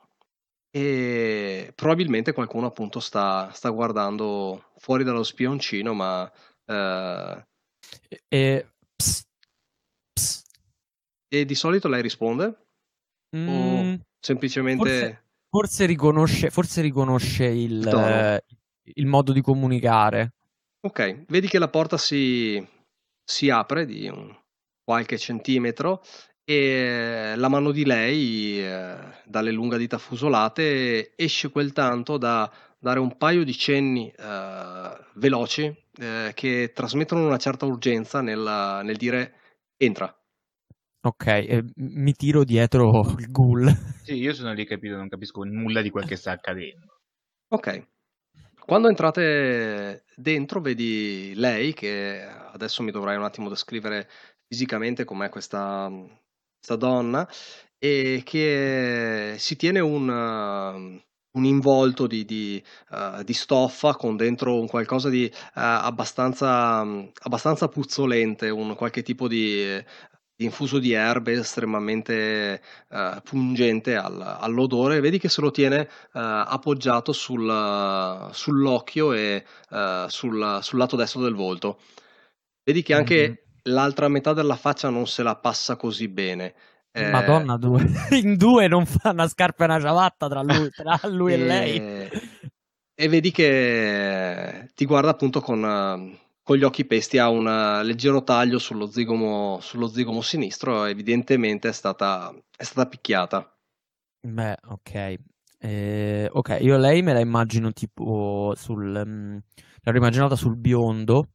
e probabilmente qualcuno appunto sta guardando fuori dallo spioncino, ma eh, E, ps, ps, e di solito lei risponde o mm, forse, semplicemente forse riconosce il tono? il modo di comunicare. Ok, vedi che la porta si apre di qualche centimetro e la mano di lei, dalle lunga dita fusolate, esce quel tanto da dare un paio di cenni veloci che trasmettono una certa urgenza nel dire entra. Ok, mi tiro dietro il ghoul. Sì, io sono lì capito, non capisco nulla di quel che sta accadendo. Ok. Quando entrate dentro, vedi lei, che adesso mi dovrai un attimo descrivere fisicamente com'è questa donna, e che si tiene un involto di stoffa con dentro un qualcosa di abbastanza puzzolente, un qualche tipo di infuso di erbe estremamente pungente all'odore. Vedi che se lo tiene appoggiato sull'occhio e sul lato destro del volto. Vedi che anche l'altra metà della faccia non se la passa così bene. Madonna, in due non fa una scarpa e una ciabatta tra lui e lei. E vedi che ti guarda appunto con gli occhi pesti, ha un leggero taglio sullo zigomo sinistro, evidentemente è stata picchiata. Beh, ok. Ok, io lei me la immagino tipo l'ho immaginata sul biondo,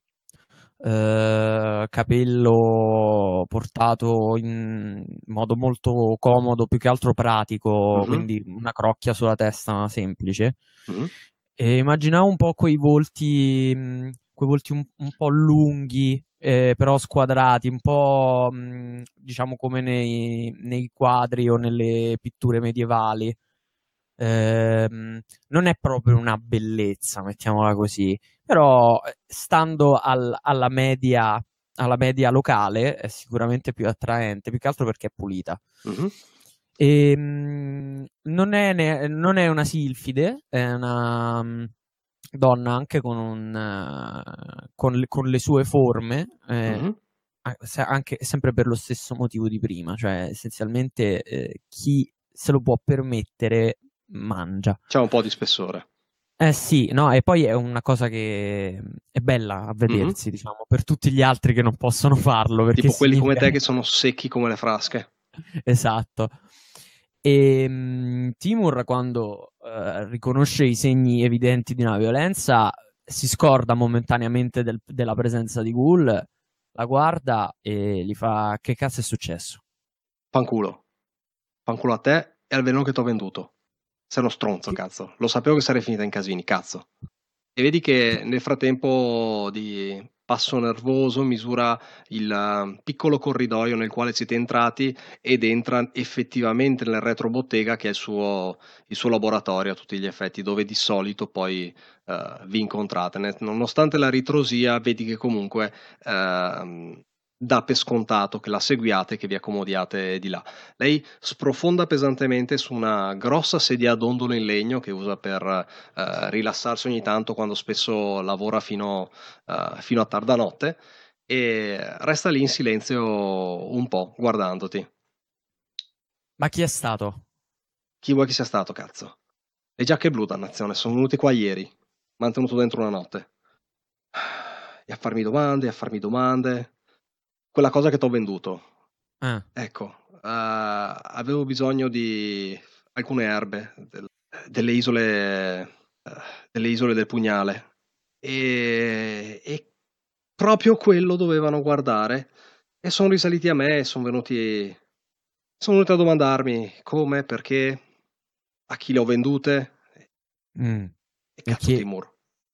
capello portato in modo molto comodo, più che altro pratico, quindi una crocchia sulla testa semplice. E immaginavo un po' quei volti un po' lunghi, però squadrati, un po' diciamo come nei quadri o nelle pitture medievali. Non è proprio una bellezza, mettiamola così, però stando alla media locale è sicuramente più attraente, più che altro perché è pulita. E, non è una silfide, è una donna anche con le sue forme, anche sempre per lo stesso motivo di prima, cioè essenzialmente chi se lo può permettere mangia. C'è un po' di spessore. Sì, no, e poi è una cosa che è bella a vedersi, diciamo, per tutti gli altri che non possono farlo. Perché tipo quelli come significa... te che sono secchi come le frasche. Esatto. E Timur, quando riconosce i segni evidenti di una violenza, si scorda momentaneamente della presenza di Ghoul, la guarda e gli fa: che cazzo è successo? Fanculo a te e al veleno che ti ho venduto. Sei uno stronzo, cazzo. Lo sapevo che sarei finita in casini, cazzo. E vedi che nel frattempo di passo nervoso misura il piccolo corridoio nel quale siete entrati ed entra effettivamente nel retrobottega che è il suo laboratorio a tutti gli effetti, dove di solito poi vi incontrate. Nonostante la ritrosia, vedi che comunque dà per scontato che la seguiate e che vi accomodiate di là. Lei sprofonda pesantemente su una grossa sedia a dondolo in legno che usa per rilassarsi ogni tanto quando spesso lavora fino a tarda notte e resta lì in silenzio un po' guardandoti. Ma chi è stato? Chi vuoi che sia stato, cazzo? Le giacche blu, dannazione, sono venuti qua ieri. Mantenuto dentro una notte. E a farmi domande. Quella cosa che ti ho venduto. Ecco, avevo bisogno di alcune erbe delle isole del Pugnale e proprio quello dovevano guardare e sono risaliti a me e sono venuti a domandarmi come, perché, a chi le ho vendute e cazzo Timur.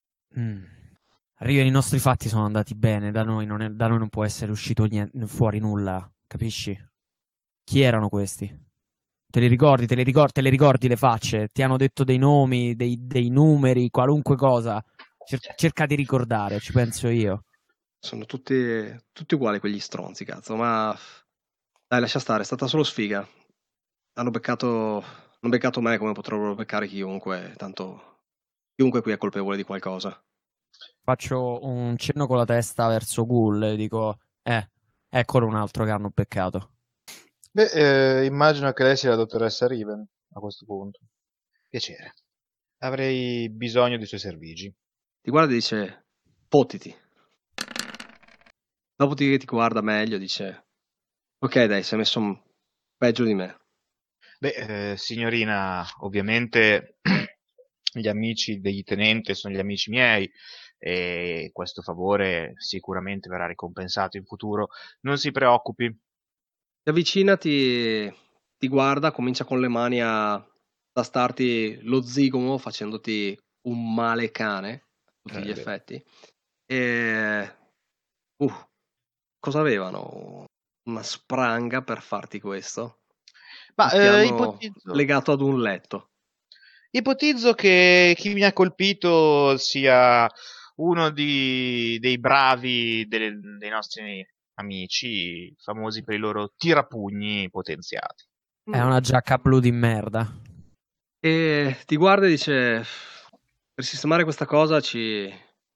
I nostri fatti sono andati bene, da noi non può essere uscito fuori nulla, capisci? Chi erano questi? Te li ricordi le facce? Ti hanno detto dei nomi, dei numeri, qualunque cosa. Cerca di ricordare, ci penso io. Sono tutti uguali quegli stronzi, cazzo, ma dai, lascia stare, è stata solo sfiga. Hanno beccato me come potrebbero beccare chiunque, tanto chiunque qui è colpevole di qualcosa. Faccio un cenno con la testa verso Ghoul e dico, eccolo un altro che hanno beccato. Beh, immagino che lei sia la dottoressa Riven a questo punto. Piacere. Avrei bisogno dei suoi servigi. Ti guarda e dice, fottiti. Dopodiché ti guarda meglio, dice, ok dai, sei messo peggio di me. Beh, signorina, ovviamente gli amici degli tenenti sono gli amici miei e questo favore sicuramente verrà ricompensato in futuro. Non si preoccupi. Ti avvicina, ti guarda, comincia con le mani a tastarti lo zigomo facendoti un male cane a tutti gli effetti. E cosa avevano? Una spranga per farti questo? Ma Ti hanno ipotizzo... legato ad un letto. Ipotizzo che chi mi ha colpito sia uno dei bravi dei nostri amici, famosi per i loro tirapugni potenziati. È una giacca blu di merda. E ti guarda e dice: per sistemare questa cosa ci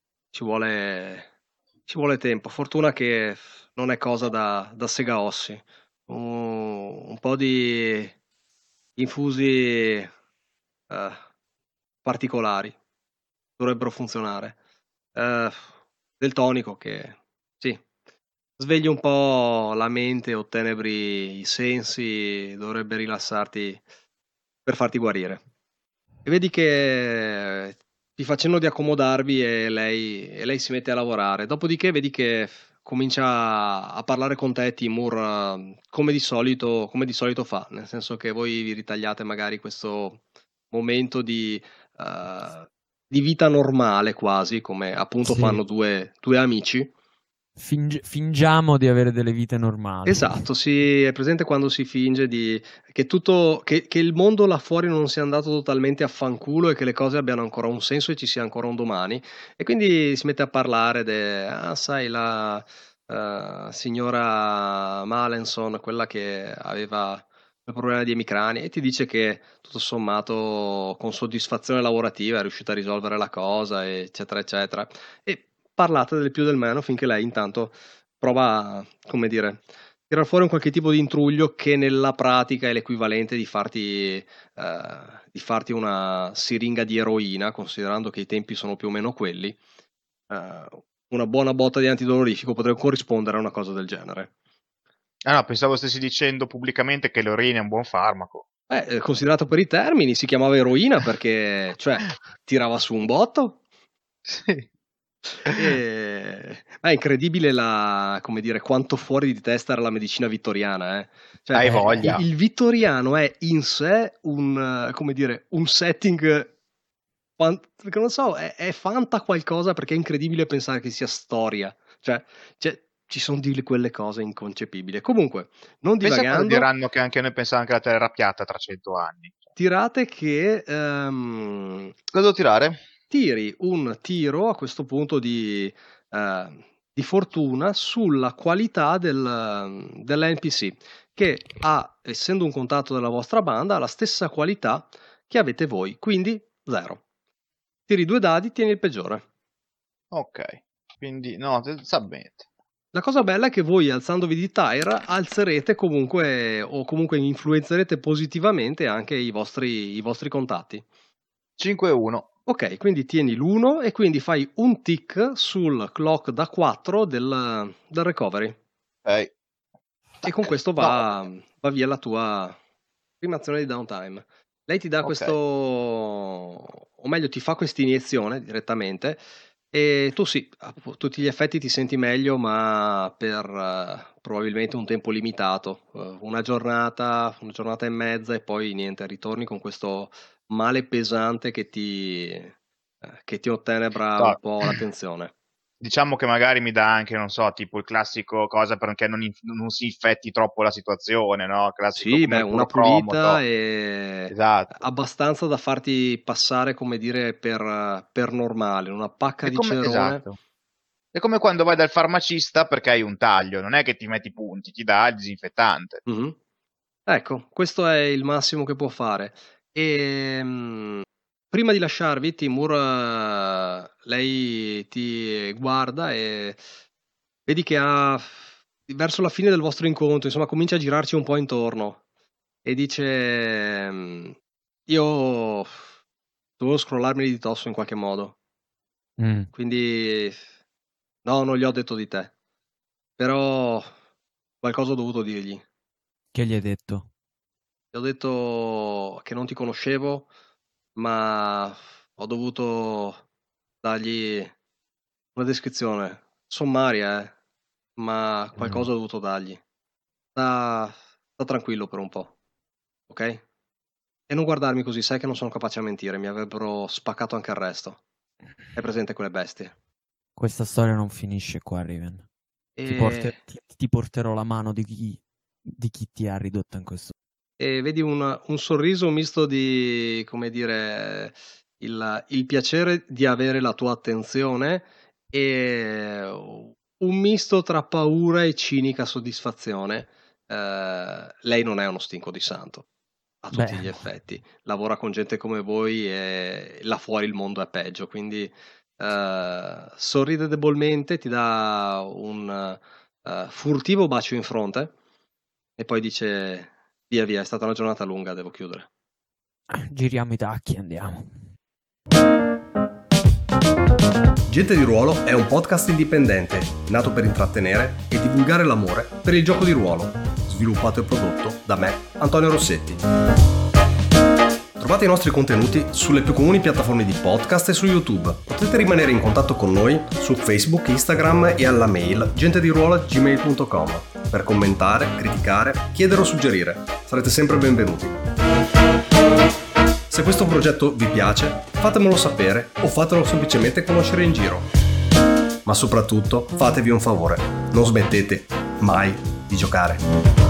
vuole tempo. Fortuna che non è cosa da segaossi. Un po' di infusi particolari dovrebbero funzionare. Del tonico che sì, svegli un po' la mente, ottenebri i sensi, dovrebbe rilassarti per farti guarire. E vedi che ti fa cenno di accomodarvi e lei si mette a lavorare. Dopodiché vedi che comincia a parlare con te, Timur, come di solito fa, nel senso che voi vi ritagliate magari questo momento di vita normale quasi, come appunto Sì. fanno due amici. Fingiamo di avere delle vite normali. Esatto, è presente quando si finge che il mondo là fuori non sia andato totalmente a fanculo e che le cose abbiano ancora un senso e ci sia ancora un domani. E quindi si mette a parlare sai, la signora Malenson, quella che aveva il problema di emicrani, e ti dice che tutto sommato con soddisfazione lavorativa è riuscita a risolvere la cosa, eccetera, eccetera. E parlate del più del meno finché lei intanto prova, come dire, tirar fuori un qualche tipo di intruglio che nella pratica è l'equivalente di farti una siringa di eroina, considerando che i tempi sono più o meno quelli. Una buona botta di antidolorifico potrebbe corrispondere a una cosa del genere. Ah no, pensavo stessi dicendo pubblicamente che l'orina è un buon farmaco. Considerato per i termini, si chiamava eroina perché, cioè, tirava su un botto. Sì. È incredibile come dire, quanto fuori di testa era la medicina vittoriana, eh. Cioè, Hai voglia. il vittoriano è in sé come dire, un setting, perché non so, è fanta qualcosa, perché è incredibile pensare che sia storia. Cioè, ci sono di quelle cose inconcepibili. Comunque, non Pensa cosa divagando, diranno che anche noi pensavamo che la Terra era piatta tra 100 anni. tirate che Cosa devo tirare? tiri un tiro a questo punto di fortuna sulla qualità dell'NPC, che ha, essendo un contatto della vostra banda, ha la stessa qualità che avete voi, quindi 0. Tiri 2 dadi, tieni il peggiore. Ok, quindi no, submit. La cosa bella è che voi, alzandovi di tire, alzerete comunque, o comunque influenzerete positivamente anche i vostri contatti. 5-1. Ok, quindi tieni l'1 e quindi fai un tick sul clock da 4 del recovery. Ok. E con questo va via la tua prima azione di downtime. Lei ti dà questo, o meglio ti fa questa iniezione direttamente, e tu sì, a tutti gli effetti ti senti meglio, ma per probabilmente un tempo limitato, una giornata e mezza, e poi niente, ritorni con questo male pesante che ti ottenebra un po' l'attenzione. Diciamo che magari mi dà anche, non so, tipo il classico cosa perché non si infetti troppo la situazione, no? Classico Sì, come beh, il una pulocromo, pulita e esatto. abbastanza da farti passare, come dire, per normale, una pacca È di come, cerone. esatto. È come quando vai dal farmacista perché hai un taglio, non è che ti metti i punti, ti dà il disinfettante. Mhm. Ecco, questo è il massimo che può fare. E prima di lasciarvi, Timur, lei ti guarda e vedi che verso la fine del vostro incontro, insomma, comincia a girarci un po' intorno e dice: io dovevo scrollarmi di dosso in qualche modo, quindi no, non gli ho detto di te, però qualcosa ho dovuto dirgli. Che gli hai detto? Gli ho detto che non ti conoscevo, ma ho dovuto dargli una descrizione sommaria, ma qualcosa ho dovuto dargli. Sta tranquillo per un po', ok? E non guardarmi così, sai che non sono capace a mentire, mi avrebbero spaccato anche il resto. Hai presente quelle bestie? Questa storia non finisce qua, Riven. E Ti porterò la mano di chi ti ha ridotto in questo e vedi un sorriso misto di, come dire, il piacere di avere la tua attenzione e un misto tra paura e cinica soddisfazione. Lei non è uno stinco di santo, a tutti gli effetti. Lavora con gente come voi e là fuori il mondo è peggio, quindi sorride debolmente, ti dà un furtivo bacio in fronte e poi dice: via via, è stata una giornata lunga, devo chiudere. Giriamo i tacchi, andiamo. Gente di Ruolo è un podcast indipendente, nato per intrattenere e divulgare l'amore per il gioco di ruolo, sviluppato e prodotto da me, Antonio Rossetti. Trovate i nostri contenuti sulle più comuni piattaforme di podcast e su YouTube. Potete rimanere in contatto con noi su Facebook, Instagram e alla mail gentediruolo@gmail.com per commentare, criticare, chiedere o suggerire. Sarete sempre benvenuti. Se questo progetto vi piace, fatemelo sapere o fatelo semplicemente conoscere in giro. Ma soprattutto fatevi un favore, non smettete mai di giocare.